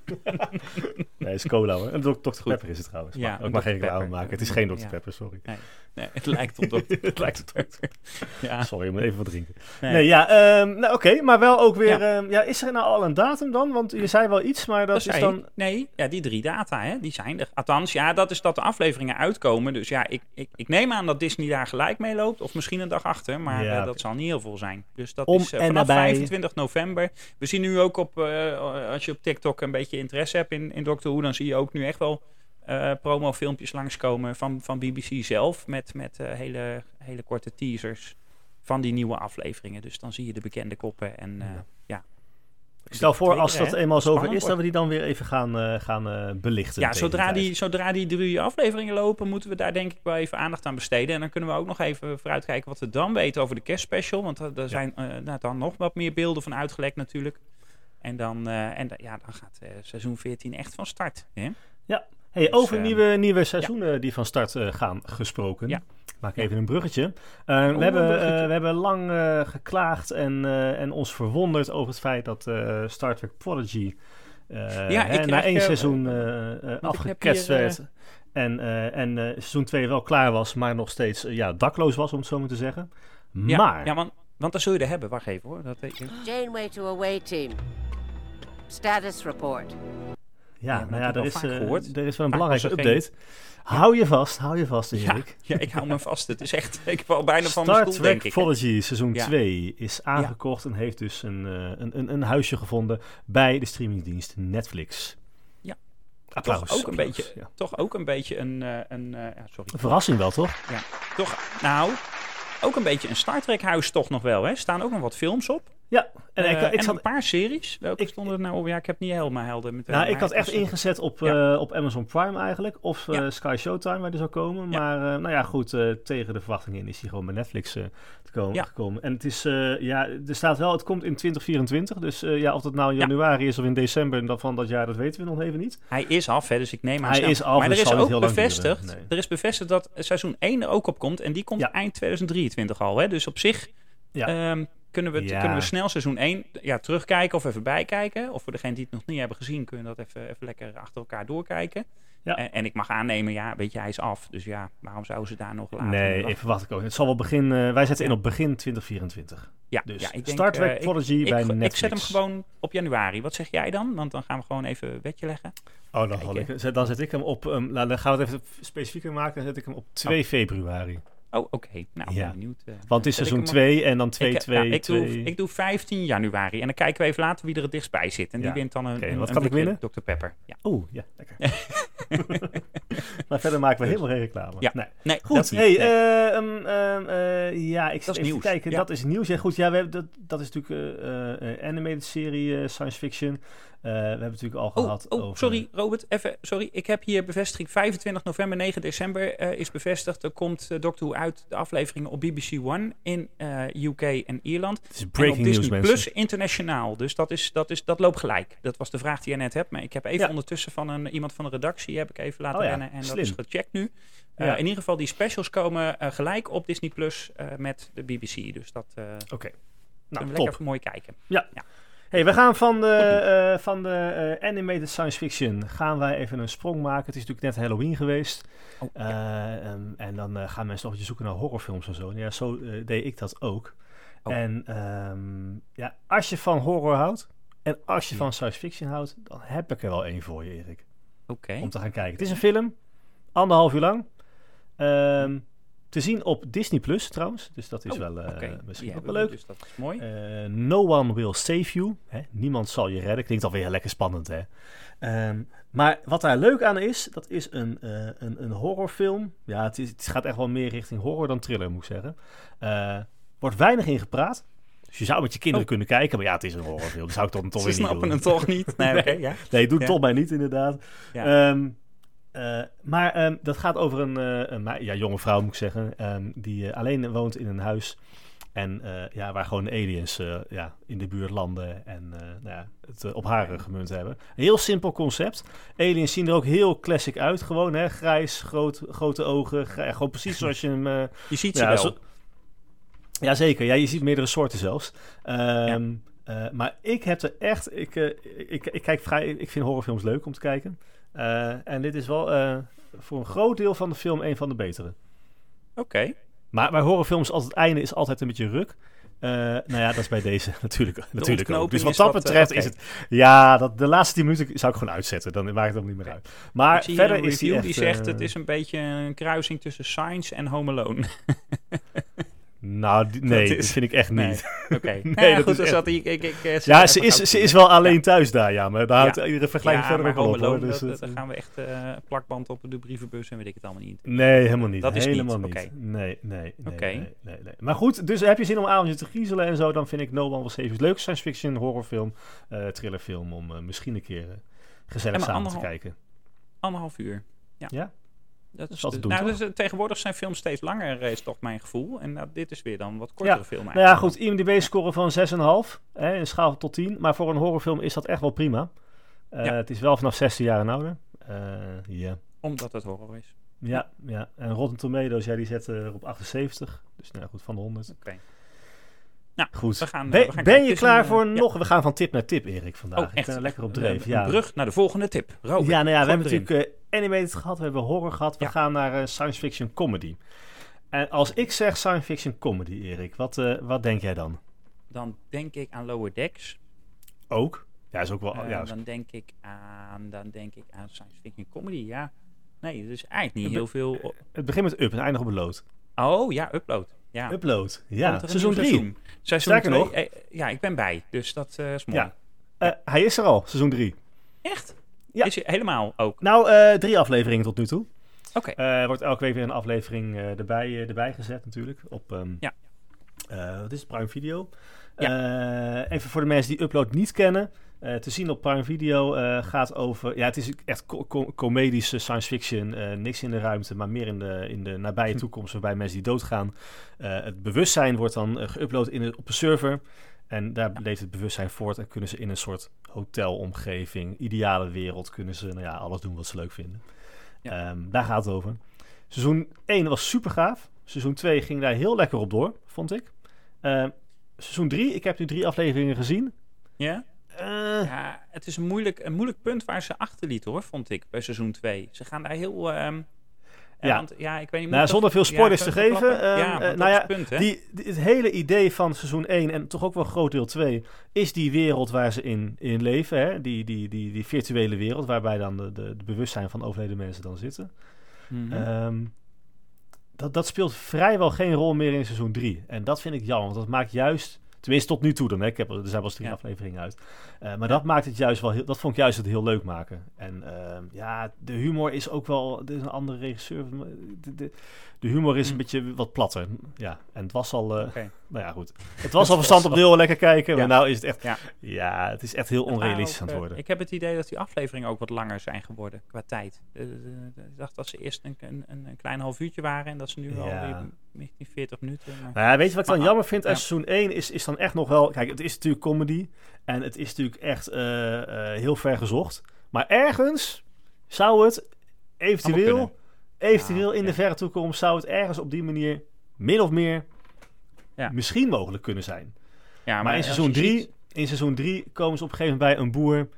Nee, het is cola hoor. En dokter Pepper is het trouwens. Ja, maar ik mag geen reclame maken. Het is geen dokter ja. Pepper, sorry. Nee, nee, het lijkt op dokter Het lijkt op dokter ja. Sorry, ik moet even wat drinken. Nee, nee ja, um, nou oké, okay, maar wel ook weer... Ja. Um, ja, is er nou al een datum dan? Want je zei wel iets, maar dat, dat is dan... Ik. Nee, ja, die drie data, hè, die zijn er. Althans, ja, dat is dat de afleveringen uitkomen. Dus ja, ik, ik, ik neem aan dat Disney daar gelijk mee loopt. Of misschien een dag achter, maar ja, uh, dat zal niet heel veel zijn. Dus dat Om is uh, vanaf vijfentwintig november. We zien nu ook op, uh, als je op TikTok een beetje interesse hebt in, in Doctor Who, dan zie je ook nu echt wel uh, promofilmpjes langskomen van, van B B C zelf. Met, met uh, hele, hele korte teasers van die nieuwe afleveringen. Dus dan zie je de bekende koppen en uh, ja. ja. Ik stel voor, als dat eenmaal zover is, dat we die dan weer even gaan, uh, gaan uh, belichten. Ja, zodra die, zodra die drie afleveringen lopen, moeten we daar denk ik wel even aandacht aan besteden. En dan kunnen we ook nog even vooruitkijken wat we dan weten over de kerstspecial. Want er ja. zijn uh, nou, dan nog wat meer beelden van uitgelekt natuurlijk. En dan, uh, en, ja, dan gaat uh, seizoen veertien echt van start. Hè? Ja, hey, dus, over uh, nieuwe, nieuwe seizoenen ja. die van start uh, gaan gesproken. Ja. Maak even een bruggetje. Uh, oh, we, hebben, bruggetje. Uh, we hebben lang uh, geklaagd en, uh, en ons verwonderd over het feit dat uh, Star Trek Prodigy uh, ja, hè, na één uh, seizoen uh, uh, afgeketst hier, uh, werd. En, uh, en uh, seizoen twee wel klaar was, maar nog steeds uh, ja, dakloos was, om het zo maar te zeggen. Ja, maar... Ja, want, want dan zul je er hebben. Wacht even hoor. Dat weet ik. Janeway to away team. Status report. Ja, ja, nou ja, er is, uh, er is wel een belangrijke update. Hou je vast, hou je vast, Erik. Ja, ja, ik hou me vast. Het is echt, ik val bijna van Star mijn stoel, Trek denk ik. Prodigy seizoen ja. twee is aangekocht ja. en heeft dus een, uh, een, een, een huisje gevonden bij de streamingdienst Netflix. Ja. Applaus. Toch ook een applaus, beetje, ja. toch ook een beetje een, uh, een, uh, ja, sorry. Een verrassing wel, toch? Ja, toch, nou, ook een beetje een Star Trek huis toch nog wel, hè? Staan ook nog wat films op. Ja, en, uh, ik, ik en zat, een paar series. Welke ik, stonden er nou op? Ja, ik heb niet helemaal helder. Met, nou, ik had echt ingezet op, ja. uh, op Amazon Prime eigenlijk. Of uh, ja. Sky Showtime, waar die zou komen. Ja. Maar uh, nou ja, goed, uh, tegen de verwachtingen is die gewoon bij Netflix uh, te komen, ja. gekomen. En het is, uh, ja, er staat wel, het komt in twintig vierentwintig. Dus uh, ja, of dat nou in januari ja. is of in december van dat jaar, dat weten we nog even niet. Hij is af, hè, dus ik neem aan. Hij is af, maar dus er is ook heel bevestigd, nee. er is bevestigd dat seizoen één er ook op komt. En die komt ja. eind twintig drieëntwintig al, hè. Dus op zich... Ja. Um, Kunnen we, t- ja. kunnen we snel seizoen één ja, terugkijken of even bijkijken. Of voor degenen die het nog niet hebben gezien, kunnen dat even, even lekker achter elkaar doorkijken. Ja. En, en ik mag aannemen, ja, weet je, hij is af. Dus ja, waarom zouden ze daar nog later... Nee, even wacht ik ook. Het zal wel begin... Uh, wij zetten ja. in op begin twintig vierentwintig. Ja, dus ja, ik denk, Star Trek uh, Prodigy ik, bij ik, Netflix. Ik zet hem gewoon op januari. Wat zeg jij dan? Want dan gaan we gewoon even een wetje leggen. Oh, dan, ik, dan zet ik hem op... Um, nou, dan gaan we het even specifieker maken. Dan zet ik hem op twee februari. Oh, oké. Okay. Nou, ja. ben benieuwd. Uh, Want het is seizoen twee en dan twee, ik, twee, ja, ik, twee... Doe, ik doe vijftien januari. En dan kijken we even later wie er het dichtstbij zit. En ja. die wint dan een, okay, een, wat een kan ik winnen? dokter Pepper. Ja. Oeh, ja, lekker. Maar verder maken we helemaal geen reclame. Ja. Nee. nee goed, dat hey, nee. uh, um, uh, ja, ik zit even nieuws. te kijken. Ja. Dat is nieuws. Ja, goed, ja, we hebben, dat, dat is natuurlijk een uh, uh, animated serie, uh, science fiction. Uh, we hebben het natuurlijk al oh, gehad oh, over... sorry, Robert, even, sorry. Ik heb hier bevestiging. vijfentwintig november, negen december uh, is bevestigd. Er komt uh, Doctor Who uit de afleveringen op B B C One in uh, U K en Ierland. Het is breaking en op Disney news, Plus internationaal. Dus dat, is, dat, is, dat loopt gelijk. Dat was de vraag die je net hebt. Maar ik heb even ja. ondertussen van een, iemand van de redactie heb ik even laten oh, ja. rennen. En Slim. dat is gecheckt nu. Uh, ja. In ieder geval, die specials komen uh, gelijk op Disney Plus uh, met de B B C. Dus dat uh, Oké. Okay. Nou, we lekker mooi kijken. Ja. ja. Hey, we gaan van de, uh, van de uh, animated science fiction gaan wij even een sprong maken. Het is natuurlijk net Halloween geweest. Oh, uh, ja. um, en dan uh, gaan mensen nog zoeken naar horrorfilms en zo. Ja, zo uh, deed ik dat ook. Oh. En um, ja, als je van horror houdt en als je ja. van science fiction houdt, dan heb ik er wel één voor je, Erik. Oké. Okay. Om te gaan kijken. Het is een film, anderhalf uur lang. Um, Te zien op Disney Plus trouwens. Dus dat is oh, wel uh, okay. misschien ook wel leuk. Dus dat is mooi. Uh, no One Will Save You. Hè? Niemand zal je redden. Klinkt alweer lekker spannend, hè? Um, maar wat daar leuk aan is, dat is een, uh, een, een horrorfilm. Ja, het, is, het gaat echt wel meer richting horror dan thriller, moet ik zeggen. Uh, wordt weinig in gepraat. Dus je zou met je kinderen oh. kunnen kijken. Maar ja, het is een horrorfilm. Dat zou ik toch, toch weer niet doen. Ze snappen het toch niet. Nee, nee. Okay, ja. nee doe het ja. toch mij niet, inderdaad. Ja. Um, Uh, maar um, dat gaat over een, uh, een ja, jonge vrouw, moet ik zeggen, um, die uh, alleen woont in een huis en uh, ja, waar gewoon aliens uh, ja, in de buurt landen en uh, nou ja, het uh, op haar uh, gemunt hebben. Een heel simpel concept. Aliens zien er ook heel classic uit, gewoon hè, grijs, groot, grote ogen, grijs, gewoon precies zoals je hem... Uh, je ziet ja, ze wel. Zo, ja, zeker. Ja, je ziet meerdere soorten zelfs. Um, ja. Uh, maar ik heb er echt... Ik, uh, ik, ik, kijk vrij, ik vind horrorfilms leuk om te kijken. Uh, en dit is wel uh, voor een groot deel van de film een van de betere. Oké. Okay. Maar bij horrorfilms, als het einde is altijd een beetje ruk. Uh, nou ja, dat is bij deze natuurlijk, natuurlijk ook. Dus wat dat betreft uh, okay. is het... Ja, dat, de laatste tien minuten zou ik gewoon uitzetten. Dan maakt het ook niet meer uit. Maar zie verder een is die echt... die zegt, uh, het is een beetje een kruising tussen Signs en Home Alone. Nou, die, nee, dat, is, dat vind ik echt niet. Nee. Oké. Okay. nee, ja, dat goed, dus dat ik, ik, ik, ik ja, ze is, ze is wel alleen ja. thuis daar, ja. Maar daar houdt ja. iedere vergelijking ja, verder maar op. Alone, Dus dat, dan gaan we echt uh, plakband op de brievenbus en weet ik het allemaal niet. Nee, helemaal niet. Dat is helemaal niet. niet. Okay. Nee, nee, nee, okay. nee, nee, nee. Maar goed, dus heb je zin om een avondje te griezelen en zo, dan vind ik No One Will Save You. Leuke science fiction, horrorfilm, uh, thrillerfilm om uh, misschien een keer uh, gezellig samen anderhalf, te kijken. Anderhalf uur. Ja. ja? Dat is dat de, doen, nou, dus, uh, tegenwoordig zijn films steeds langer, is toch mijn gevoel. En uh, dit is weer dan wat kortere ja. film. Nou ja, goed, I M D B-score van zes komma vijf, hè, in schaal tot tien. Maar voor een horrorfilm is dat echt wel prima. Uh, ja. Het is wel vanaf zestien jaar en ouder. Uh, yeah. Omdat het horror is. Ja, ja. En Rotten Tomatoes, ja, die zetten er op achtenzeventig. Dus nou goed, van de honderd. Oké. Okay. Nou, goed. We gaan, ben we gaan ben je klaar een, voor uh, nog? Ja. We gaan van tip naar tip, Erik, vandaag. Oh, echt? Ik ben er lekker op dreef. Een, ja. een brug naar de volgende tip. Robert, ja, nou ja, we hebben erin. natuurlijk uh, animated gehad, we hebben horror gehad. We ja. gaan naar uh, science fiction comedy. En als ik zeg science fiction comedy, Erik, wat, uh, wat denk jij dan? Dan denk ik aan Lower Decks. Ook? Ja, is ook wel... Uh, ja, is... Dan denk ik aan, dan denk ik aan science fiction comedy, ja. Nee, er is eigenlijk niet heel veel... Het begint met Up en eindigt op een load. Oh, ja, Upload. Ja. Upload, ja. Seizoen drie. Seizoen. Seizoen Sterker nog. Eh, ja, ik ben bij, dus dat uh, is mooi. Ja. Uh, hij is er al, seizoen drie. Echt? Ja. Is hij helemaal ook? Nou, uh, drie afleveringen tot nu toe. Oké. Okay. Er uh, wordt elke week weer een aflevering uh, erbij, uh, erbij gezet natuurlijk. Op, um, ja. Uh, wat is het? Prime Video. Ja. Uh, even voor de mensen die Upload niet kennen. Uh, te zien op Prime Video uh, gaat over... Ja, het is echt co- co- comedische science fiction. Uh, niks in de ruimte, maar meer in de, in de nabije toekomst... waarbij mensen die doodgaan. Uh, het bewustzijn wordt dan uh, geüpload in de, op een server. En daar ja. leeft het bewustzijn voort... en kunnen ze in een soort hotelomgeving... ideale wereld... kunnen ze nou ja, alles doen wat ze leuk vinden. Ja. Um, daar gaat het over. Seizoen één was super gaaf. Seizoen twee ging daar heel lekker op door, vond ik. Uh, seizoen drie, ik heb nu drie afleveringen gezien. Ja? Uh, ja, het is een moeilijk, een moeilijk punt waar ze achterlieten, hoor, vond ik, bij seizoen twee. Ze gaan daar heel... Um, ja. Want, ja, ik weet niet... Nou, zonder veel spoilers ja, te geven. Um, ja, uh, nou ja, punt, die, die, het hele idee van seizoen één en toch ook wel groot deel twee... is die wereld waar ze in, in leven. Hè? Die, die, die, die virtuele wereld waarbij dan de, de, de bewustzijn van overleden mensen dan zitten. Mm-hmm. Um, dat, dat speelt vrijwel geen rol meer in seizoen drie. En dat vind ik jammer, want dat maakt juist... Tenminste, tot nu toe dan. Hè. Ik heb, er zijn wel eens drie ja. afleveringen uit. Uh, maar ja. dat maakt het juist wel heel... Dat vond ik juist het heel leuk maken. En uh, ja, de humor is ook wel... Er is een andere regisseur. De, de, de humor is mm. een beetje wat platter. Ja, en het was al... Uh, okay. Nou ja, goed. Het was al verstand op deel lekker kijken. Ja. Maar nou is het echt... Ja, ja het is echt heel onrealistisch ook, aan het worden. Uh, ik heb het idee dat die afleveringen ook wat langer zijn geworden. Qua tijd. Uh, uh, ik dacht dat ze eerst een, een, een klein half uurtje waren. En dat ze nu ja. alweer richting veertig minuten... Maar... Nou ja, weet je wat ik dan maar, jammer vind? Ja. Uit seizoen één is, is dan echt nog wel... Kijk, het is natuurlijk comedy. En het is natuurlijk echt uh, uh, heel ver gezocht. Maar ergens zou het eventueel... Eventueel ja, in de ja. verre toekomst zou het ergens op die manier... min of meer... Ja. misschien mogelijk kunnen zijn. Ja, maar, maar in seizoen drie... Ziet... In seizoen drie komen ze op een gegeven moment bij een boer...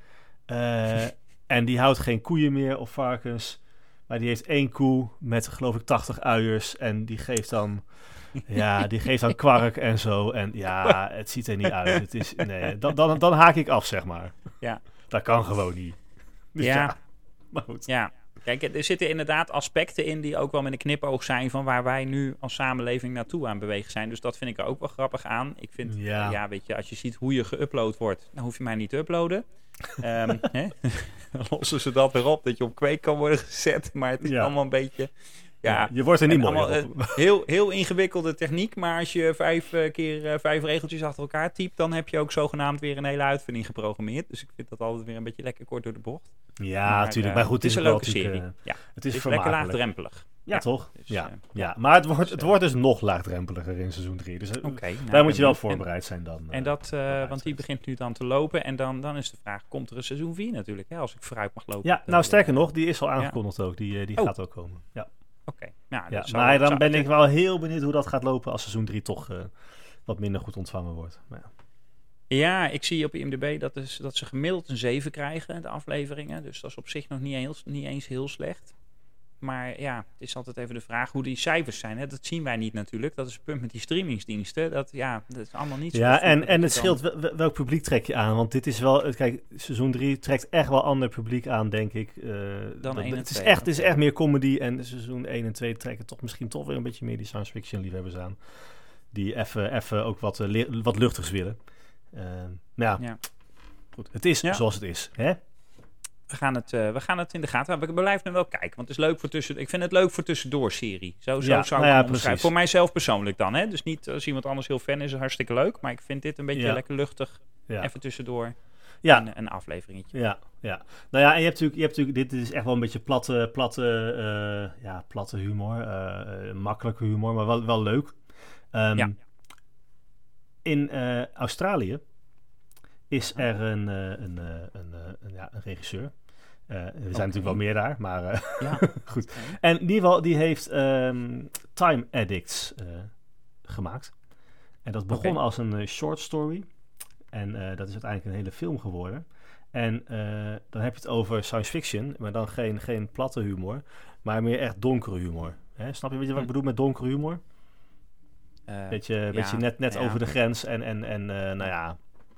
Uh, en die houdt geen koeien meer of varkens... Maar die heeft één koe met, geloof ik, tachtig uiers. En die geeft dan... Ja, die geeft dan kwark en zo. En ja, het ziet er niet uit. Het is, nee, dan, dan, dan haak ik af, zeg maar. Ja. Dat kan gewoon niet. Dus ja. ja. Maar goed. Ja. Kijk, er zitten inderdaad aspecten in die ook wel met een knipoog zijn... van waar wij nu als samenleving naartoe aan bewegen zijn. Dus dat vind ik er ook wel grappig aan. Ik vind, ja, uh, ja weet je, als je ziet hoe je geüpload wordt... dan hoef je mij niet te uploaden. um, hè? Dan lossen ze dat erop dat je op kweek kan worden gezet. Maar het is ja. allemaal een beetje... Ja, ja, je wordt er niet mooi allemaal, op. Uh, heel, heel ingewikkelde techniek. Maar als je vijf uh, keer uh, vijf regeltjes achter elkaar typt... dan heb je ook zogenaamd weer een hele uitvinding geprogrammeerd. Dus ik vind dat altijd weer een beetje lekker kort door de bocht. Ja, natuurlijk. Maar, uh, maar goed, het is, is een leuke serie. Uh, ja, het is, is lekker laagdrempelig. Ja, ja, toch? Dus, ja. Uh, ja. Maar het wordt, het wordt dus nog laagdrempeliger in seizoen drie. Dus okay, daar nou, moet je wel en, voorbereid zijn dan. En dat, uh, want die begint nu dan te lopen. En dan, dan is de vraag, komt er een seizoen vier natuurlijk? Hè, als ik vooruit mag lopen. Ja, nou sterker nog, die is al aangekondigd ja. ook. Die, die oh. gaat ook komen. Ja. Oké. Okay. Nou, ja, maar dan ben ik wel heel benieuwd hoe dat gaat lopen als seizoen drie toch uh, wat minder goed ontvangen wordt. Maar ja. Ja, ik zie op I M D B dat, is, dat ze gemiddeld een zeven krijgen, de afleveringen. Dus dat is op zich nog niet, heel, niet eens heel slecht. Maar ja, het is altijd even de vraag hoe die cijfers zijn. Hè? Dat zien wij niet natuurlijk. Dat is het punt met die streamingsdiensten. Dat, ja, dat is allemaal niet zo. Ja, en, en het scheelt wel, welk publiek trek je aan. Want dit is wel... Kijk, seizoen drie trekt echt wel ander publiek aan, denk ik. Uh, Dan één en het, is twee, echt, het is echt meer comedy. En seizoen één en twee trekken toch misschien toch weer een beetje meer die science fiction liefhebbers aan. Die even, even ook wat, uh, le- wat luchtigs willen. Uh, maar ja, ja, goed. Het is ja. zoals het is, hè? We gaan, het, uh, we gaan het in de gaten houden. Ik blijf nu wel kijken, want het is leuk voor tussen. Ik vind het leuk voor tussendoor serie. Zo, zo ja, zou nou ik ja, het omschrijven. Voor mijzelf persoonlijk dan. Hè? Dus niet als iemand anders heel fan is, is het hartstikke leuk. Maar ik vind dit een beetje ja. lekker luchtig. Ja. Even tussendoor. Ja. Een, een afleveringetje. Ja, ja. Nou ja, en je hebt natuurlijk, je hebt natuurlijk dit is echt wel een beetje platte, platte, uh, ja, platte humor. Uh, uh, makkelijke humor, maar wel, wel leuk. Um, ja. In uh, Australië is er een, uh, een, uh, een, uh, een, ja, een regisseur. Uh, er zijn okay. natuurlijk wel meer daar, maar uh, ja. goed. Okay. En in ieder geval, die heeft um, Time Addicts uh, gemaakt. En dat begon okay. als een uh, short story. En uh, dat is uiteindelijk een hele film geworden. En uh, dan heb je het over science fiction, maar dan geen, geen platte humor, maar meer echt donkere humor. Hè? Snap je, weet je wat ik bedoel met donkere humor? Uh, beetje ja, beetje net, net ja. over de grens en, en, en uh, nou ja...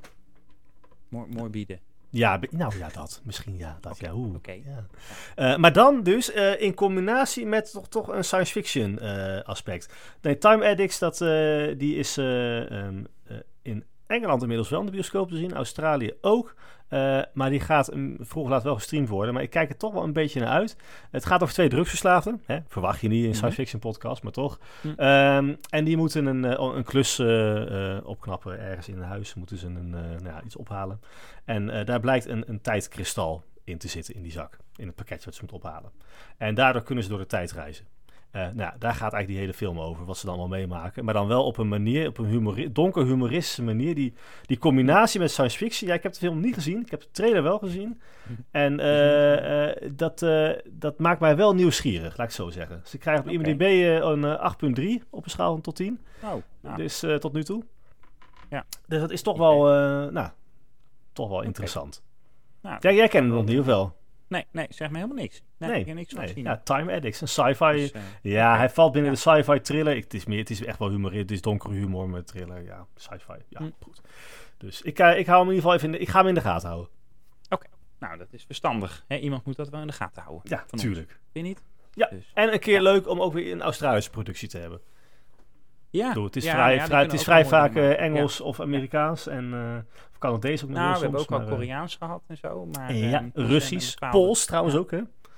Mor- morbide. Ja, be- nou ja, dat. Misschien ja. Dat, okay. ja, oeh, okay. ja. Uh, maar dan dus uh, in combinatie met toch, toch een science fiction uh, aspect. Nee, Time Addicts, dat, uh, die is uh, um, uh, in Engeland inmiddels wel in de bioscoop te zien. Australië ook. Uh, maar die gaat um, vroeg laat wel gestreamd worden. Maar ik kijk er toch wel een beetje naar uit. Het gaat over twee drugsverslaafden. Hè? Verwacht je niet in een science fiction podcast, maar toch. Mm-hmm. Um, en die moeten een, uh, een klus uh, uh, opknappen ergens in een huis. Moeten ze een, uh, nou ja, iets ophalen. En uh, daar blijkt een, een tijdkristal in te zitten in die zak. In het pakketje wat ze moeten ophalen. En daardoor kunnen ze door de tijd reizen. Uh, nou, daar gaat eigenlijk die hele film over, wat ze dan allemaal meemaken. Maar dan wel op een manier, op een humori- donker humoristische manier. Die, die combinatie met science fiction. Ja, ik heb de film niet gezien. Ik heb de trailer wel gezien. En uh, uh, dat, uh, dat maakt mij wel nieuwsgierig, laat ik zo zeggen. Ze krijgen op okay. I M D B uh, een uh, acht komma drie op een schaal van tot tien. Oh, nou. Dus uh, tot nu toe. Ja. Dus dat is toch wel, uh, nou, toch wel okay. interessant. Nou, ja, jij kent het nog niet, of wel? Nee, nee, zeg me helemaal niks. Nee, nee, ik heb niks van nee. gezien. Ja, Time Addicts, een sci-fi. Dus, uh, ja, okay. hij valt binnen ja. de sci-fi thriller. Ik, het, is meer, het is echt wel humor. Het is donkere humor met thriller. Ja, sci-fi. Ja, hm. goed. Dus ik, uh, ik hou hem in ieder geval even in de, ik ga hem in de gaten houden. Oké, okay. Nou, dat is verstandig. Hè? Iemand moet dat wel in de gaten houden. Ja, tuurlijk. Vind je niet? Ja, dus. En een keer ja. leuk om ook weer een Australische productie te hebben. Ja. Bedoel, het is ja, vrij, ja, vrij, het is vrij vaak uh, Engels ja. of Amerikaans. En uh, of Canadees ook nog nou, wel we soms. hebben ook maar, al Koreaans uh, gehad en zo. Maar, ja, um, Russisch, Pools trouwens ja. ook, hè?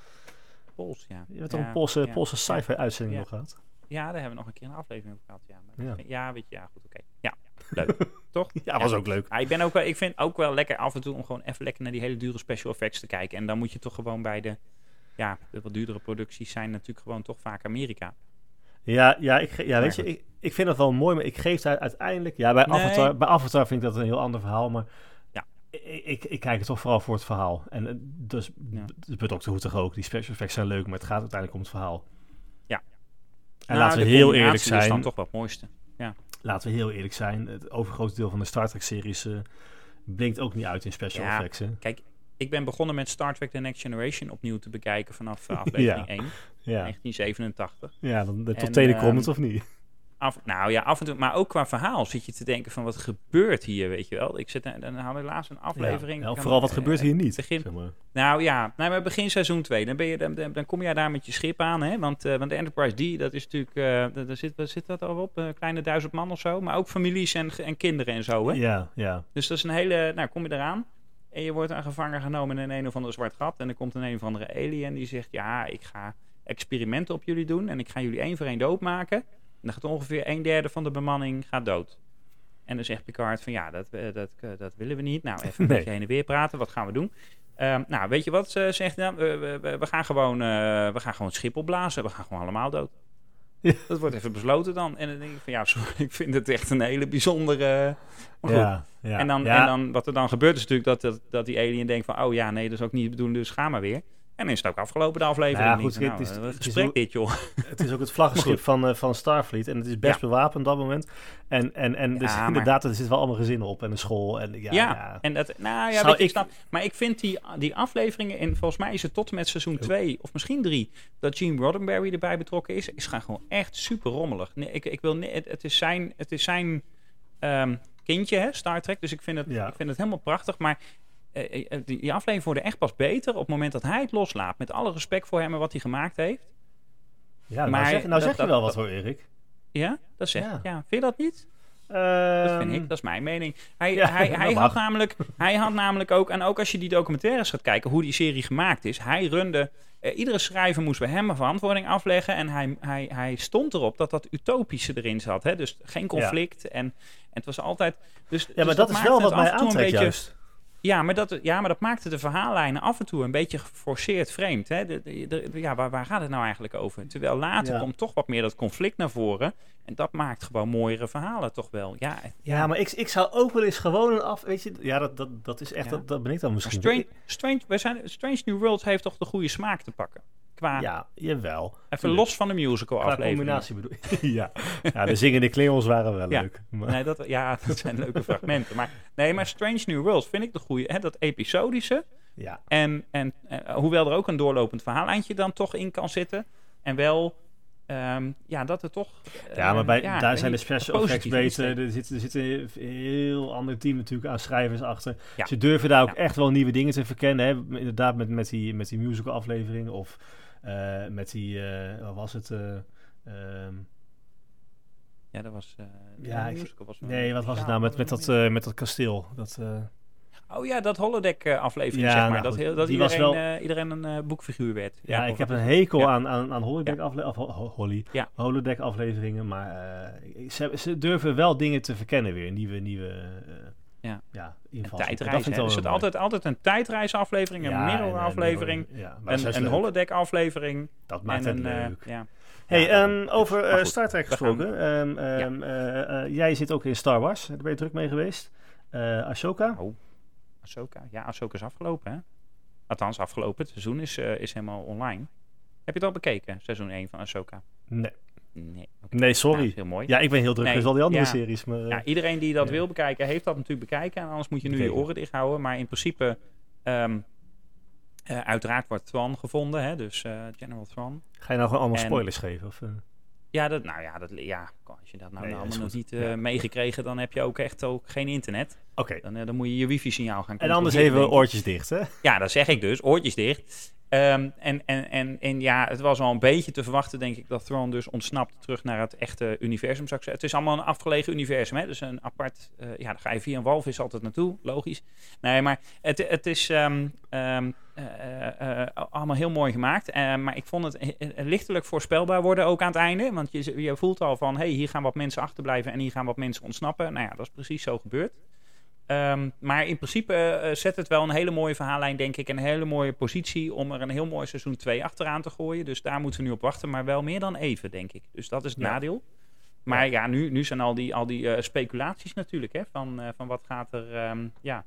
Pools, ja. Je hebt ja, toch een Poolse, ja, Poolse sci-fi ja, uitzending ja. nog gehad? Ja, daar hebben we nog een keer een aflevering over gehad, ja. Maar ja. Vind, ja, weet je, ja, goed, oké. Okay. Ja, leuk. Toch? Ja, ja, was ook leuk. Ja, ik, ben ook wel, ik vind ook wel lekker af en toe om gewoon even lekker naar die hele dure special effects te kijken. En dan moet je toch gewoon bij de, ja, de wat duurdere producties zijn natuurlijk gewoon toch vaak Amerika. Ja, ja, ik, ja weet je, ik, ik vind dat wel mooi, maar ik geef het uiteindelijk... Ja, bij, nee. Avatar, bij Avatar vind ik dat een heel ander verhaal, maar... Ja. Ik, ik, ik kijk het toch vooral voor het verhaal. En dus, ja. dus bij Doctor Who toch ook. Die special effects zijn leuk, maar het gaat uiteindelijk om het verhaal. Ja. En nou, laten we heel eerlijk zijn... is dan toch wel het mooiste. Ja. Laten we heel eerlijk zijn. Het overgrote deel van de Star Trek-series uh, blinkt ook niet uit in special ja, effects. Hè? Kijk, ik ben begonnen met Star Trek The Next Generation opnieuw te bekijken vanaf uh, aflevering ja. één. Ja. negentien zevenentachtig. Ja, dan de tot tweede komt het of niet? Af, nou ja, af en toe, maar ook qua verhaal zit je te denken van wat gebeurt hier, weet je wel. Ik zit en dan hadden we laatst een aflevering. Ja, ja, vooral wat uh, gebeurt hier niet. Begin, zeg maar. Nou ja, nou, maar begin seizoen twee, dan, ben je, dan, dan kom jij daar met je schip aan, hè? Want, uh, want de Enterprise D, dat is natuurlijk, uh, daar zit, waar zit dat al op? Een uh, kleine duizend man of zo, maar ook families en, en kinderen en zo, hè? Ja, ja. Dus dat is een hele, nou kom je eraan en je wordt aan gevangen genomen in een of ander zwart gat en er komt een een of andere alien die zegt, ja, ik ga experimenten op jullie doen en ik ga jullie één voor één doodmaken. En dan gaat ongeveer een derde van de bemanning gaat dood. En dan zegt Picard van ja, dat, uh, dat, uh, dat willen we niet. Nou, even een nee. beetje heen en weer praten. Wat gaan we doen? Uh, nou, weet je wat, uh, zegt hij dan? We, we, we, gaan gewoon, uh, we gaan gewoon het schip opblazen. We gaan gewoon allemaal dood. Ja. Dat wordt even besloten dan. En dan denk ik van ja, sorry, ik vind het echt een hele bijzondere... Maar goed. Ja, ja, en, dan, ja. en dan wat er dan gebeurt is natuurlijk dat, dat, dat die alien denkt van oh ja, nee, dat is ook niet de bedoeling, dus ga maar weer. En dan is het ook afgelopen, de aflevering. Nou ja, goed, niet. het Nou, is- uh, het het is gesprek ook- dit, joh. Het is ook het vlaggenschip van, uh, van Starfleet. En het is best Ja. bewapend op dat moment. En, en, en dus Ja, maar- inderdaad, er zitten wel allemaal gezinnen op. En een school. En, ja, Ja, ja. en dat, nou ja, Zou weet je, ik- snap, maar ik vind die, die afleveringen, in, volgens mij is het tot en met seizoen twee of misschien drie, dat Gene Roddenberry erbij betrokken is, is gewoon echt super rommelig. Nee, ik, ik wil, nee, het, het is zijn, het is zijn um, kindje, hè, Star Trek, dus ik vind het, Ja. ik vind het helemaal prachtig, maar uh, die, die afleveringen worden echt pas beter op het moment dat hij het loslaat, met alle respect voor hem en wat hij gemaakt heeft. Ja, nou Maar zeg, nou dat- zeg je dat- wel wat hoor, Erik. Ja, dat zeg Ja. ik. Ja. Vind je dat niet? Ehm, Dat vind ik, dat is mijn mening. Hij, Ja, hij, dat hij, mag. had namelijk, hij had namelijk ook, en ook als je die documentaires gaat kijken, hoe die serie gemaakt is, hij runde, eh, iedere schrijver moest bij hem een verantwoording afleggen en hij, hij, hij stond erop dat dat utopische erin zat. Hè? Dus geen conflict en, en het was altijd... Dus, Ja, maar dus dat is maakte wel het wat af mij en toe een aantrekt beetje, juist. Ja maar, dat, ja, maar dat maakte de verhaallijnen af en toe een beetje geforceerd vreemd. Hè? De, de, de- ja, waar, waar gaat het nou eigenlijk over? Terwijl later Ja. komt toch wat meer dat conflict naar voren. En dat maakt gewoon mooiere verhalen toch wel. Ja, Ja, maar ik, ik zou ook wel eens gewoon een af... Weet je, ja, dat, dat, dat is echt... Ja. Dat, dat ben ik dan Maar misschien. Strange, Strange, wij zijn, Strange New Worlds heeft toch de goede smaak te pakken? Qua, Ja, jawel. even tuurlijk. los van de musical Qua aflevering. combinatie bedoel ik. ja. ja, de zingende Klingons waren wel Ja. leuk. Maar, Nee, dat, ja, dat zijn leuke fragmenten. Maar, nee, maar Strange New Worlds vind ik de goede. Hè, dat episodische. ja. En, en eh, hoewel er ook een doorlopend verhaallijntje dan toch in kan zitten. En wel, ehm, ja, dat er toch... eh, Ja, maar bij, ja, daar ik zijn de weet niet, special effects positief beter. insteek. Er zit, er zit een heel ander team natuurlijk aan schrijvers achter. Ja. Ze durven daar ook Ja. echt wel nieuwe dingen te verkennen. Hè? Inderdaad, met, met, die, met die musical aflevering. Of uh, met die, uh, wat was het? Uh, um, Ja, dat was... Uh, ja, de ik, musical was wel- nee, wat was ja, het nou met, met, wat dat, uh, met dat kasteel? Dat, uh, Oh ja, dat holodeck uh, aflevering, Ja, zeg maar. nou dat goed, heel, dat die was iedereen, wel- uh, iedereen een uh, boekfiguur werd. ja, ik of heb wat een was het? hekel Ja. aan, aan, aan holodeck Ja. afleveringen. Of ho- Holly. Ja. Holodeck afleveringen. Maar uh, ze, ze durven wel dingen te verkennen weer. Nieuwe, nieuwe uh, Ja. ja, Een invalshoeken. tijdreis, hè. Er zit altijd, altijd een tijdreisaflevering, een Ja, mirror en, uh, aflevering, Ja, maar dat is een, juist een leuk. holodeck aflevering. Dat maakt en het een, uh, leuk. ja. Hey, Ja, um, over uh, maar goed, Star Trek we gaan- gesproken. Um, um, uh, uh, jij zit ook in Star Wars. Daar ben je druk mee geweest. Uh, Ahsoka. Oh, Ahsoka. Ja, Ahsoka is afgelopen, hè? Althans, afgelopen. Het seizoen is, uh, is helemaal online. Heb je het al bekeken, seizoen één van Ahsoka? Nee. Nee. Okay. Nee, sorry. Ja, heel mooi. Ja, ik ben heel druk Nee, met al die andere ja. series. Maar, uh, Ja, iedereen die dat ja. wil bekijken, heeft dat natuurlijk bekijken. En anders moet je nu Bekeken. je oren dicht houden. Maar in principe, um, uh, uiteraard wordt Thrawn gevonden, hè? Dus uh, General Thrawn. Ga je nou gewoon allemaal En- spoilers geven? Of, uh? Ja, dat, nou ja, dat, ja, als je dat nou, Nee, nou dat is allemaal nog goed. niet uh, Ja. meegekregen, dan heb je ook echt ook geen internet. Oké. Okay. Dan, uh, dan moet je je wifi-signaal gaan En anders controleren, even denk ik. oortjes dicht, hè? Ja, dat zeg ik dus. Oortjes dicht. Um, en, en, en, en ja, het was al een beetje te verwachten, denk ik, dat Thrawn dus ontsnapt terug naar het echte universum. Zou ik zeggen. Het is allemaal een afgelegen universum, hè? Dus een apart... Uh, ja, daar ga je via een walvis altijd naartoe, logisch. Nee, maar het, het is um, um, uh, uh, uh, allemaal heel mooi gemaakt. Uh, maar ik vond het uh, lichtelijk voorspelbaar worden ook aan het einde. Want je, je voelt al van, hé, hey, hier gaan wat mensen achterblijven en hier gaan wat mensen ontsnappen. Nou ja, dat is precies zo gebeurd. Um, maar in principe uh, zet het wel een hele mooie verhaallijn, denk ik. En een hele mooie positie om er een heel mooi seizoen twee achteraan te gooien. Dus daar moeten we nu op wachten. Maar wel meer dan even, denk ik. Dus dat is het Ja. nadeel. Maar ja, ja nu, nu zijn al die, al die uh, speculaties natuurlijk. Hè, van, uh, van wat gaat er... Um, ja,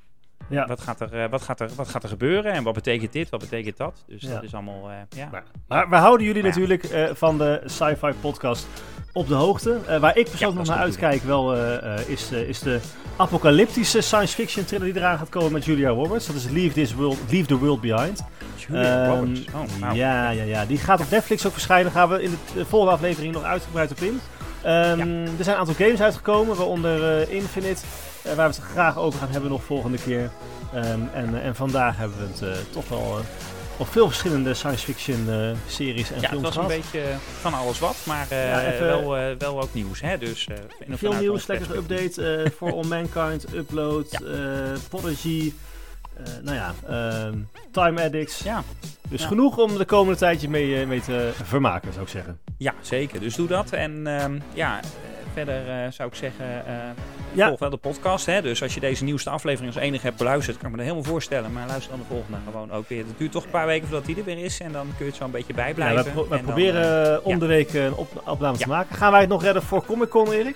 Ja. Wat, gaat er, uh, wat, gaat er, wat gaat er gebeuren? En wat betekent dit? Wat betekent dat? Dus Ja. dat is allemaal... Uh, ja. Maar, maar we houden jullie Maar ja. natuurlijk uh, van de Sci-Fi podcast op de hoogte. Uh, waar ik persoonlijk Ja, nog dat is naar uitkijk wel, uh, uh, is, uh, is de apocalyptische science fiction thriller die eraan gaat komen met Julia Roberts. Dat is Leave, This World, Leave the World Behind. Julia Um, Roberts. Oh, nou. ja, ja, ja. Die gaat op Netflix ook verschijnen. Gaan we in de, de volgende aflevering nog uitgebreid op in. Um, ja. Er zijn een aantal games uitgekomen, waaronder uh, Infinite. Uh, waar we het graag over gaan hebben nog volgende keer. Um, en, uh, en vandaag hebben we het uh, toch wel uh, op veel verschillende science fiction uh, series en Ja, het films was gehad. een beetje van alles wat, maar uh, Ja, even- wel, uh, wel ook nieuws. Hè? Dus, uh, in- Veel vanuit nieuws, ons lekker perspectief. update uh, voor All Mankind, Upload, Ja. uh, Prodigy, uh, nou ja, um, Time Addicts. Ja, Dus ja. genoeg om de komende tijdje mee, uh, mee te vermaken, zou ik zeggen. ja, zeker. Dus doe dat. En um, ja, uh, verder uh, zou ik zeggen, uh, Ja. volg wel de podcast. Hè? Dus als je deze nieuwste aflevering als enige hebt beluisterd, kan ik me dat helemaal voorstellen. Maar luister dan de volgende gewoon ook weer. Het duurt toch een paar weken voordat die er weer is. En dan kun je het zo een beetje Ja, bijblijven. we, pro- we En dan, proberen uh, om ja. de week een op- opname te Ja. maken. Gaan wij het nog redden voor Comic Con, Erik?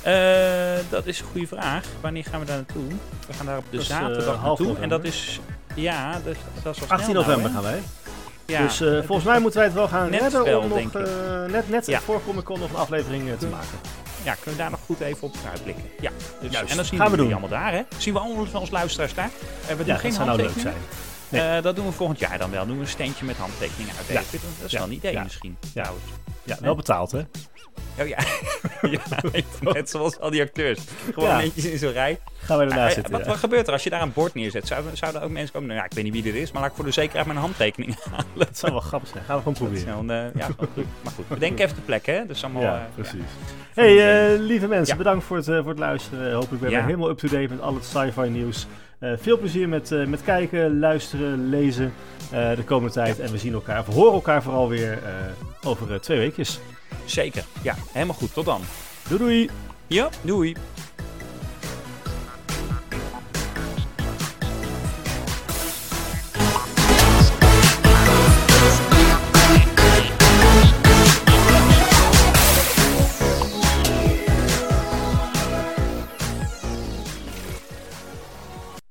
Uh, dat is een goede vraag. Wanneer gaan we daar naartoe? We gaan daar op de Dat is, uh, zaterdag half naartoe. En november. dat is Ja, dus, dat is wel achttien november nou, gaan wij. Ja, dus uh, volgens mij moeten wij het wel gaan redden spel, om nog uh, net, net ja. voor Comic-Con nog een aflevering uh, te maken. Ja, kunnen we daar nog goed even op vooruitblikken. Ja, dus, Juist. En dan zien gaan we jullie allemaal daar, hè? Zien we allemaal van ons luisteraars daar? Uh, we doen ja, geen dat zou nou leuk zijn. Nee. Uh, dat doen we volgend jaar dan wel. Doen we een steentje met handtekeningen uitdelen. Ja. Dat is ja. wel een idee ja. misschien. Ja, ja wel betaald, hè? Oh ja. ja, net zoals al die acteurs. Gewoon ja. netjes in zo'n rij. Gaan wij ernaast uh, zitten, wat, ja. wat gebeurt er als je daar een bord neerzet? Zouden, zouden ook mensen komen? Nou ja, ik weet niet wie dit is, maar laat ik voor de zekerheid mijn handtekening halen. Dat zou wel grappig zijn. Gaan we gewoon proberen. Wel, uh, ja, goed. Maar goed, we denken even de plek, hè? Dus allemaal, ja, uh, precies. Ja. Hey, uh, lieve mensen, ja. bedankt voor het, uh, voor het luisteren. Hopelijk ben je ja. helemaal up-to-date met al het sci-fi nieuws. Uh, veel plezier met, uh, met kijken, luisteren, lezen uh, de komende tijd. Ja. En we zien elkaar, we horen elkaar vooral weer uh, over uh, twee weekjes. Zeker, ja, helemaal goed. Tot dan. Doei doei. Ja, doei.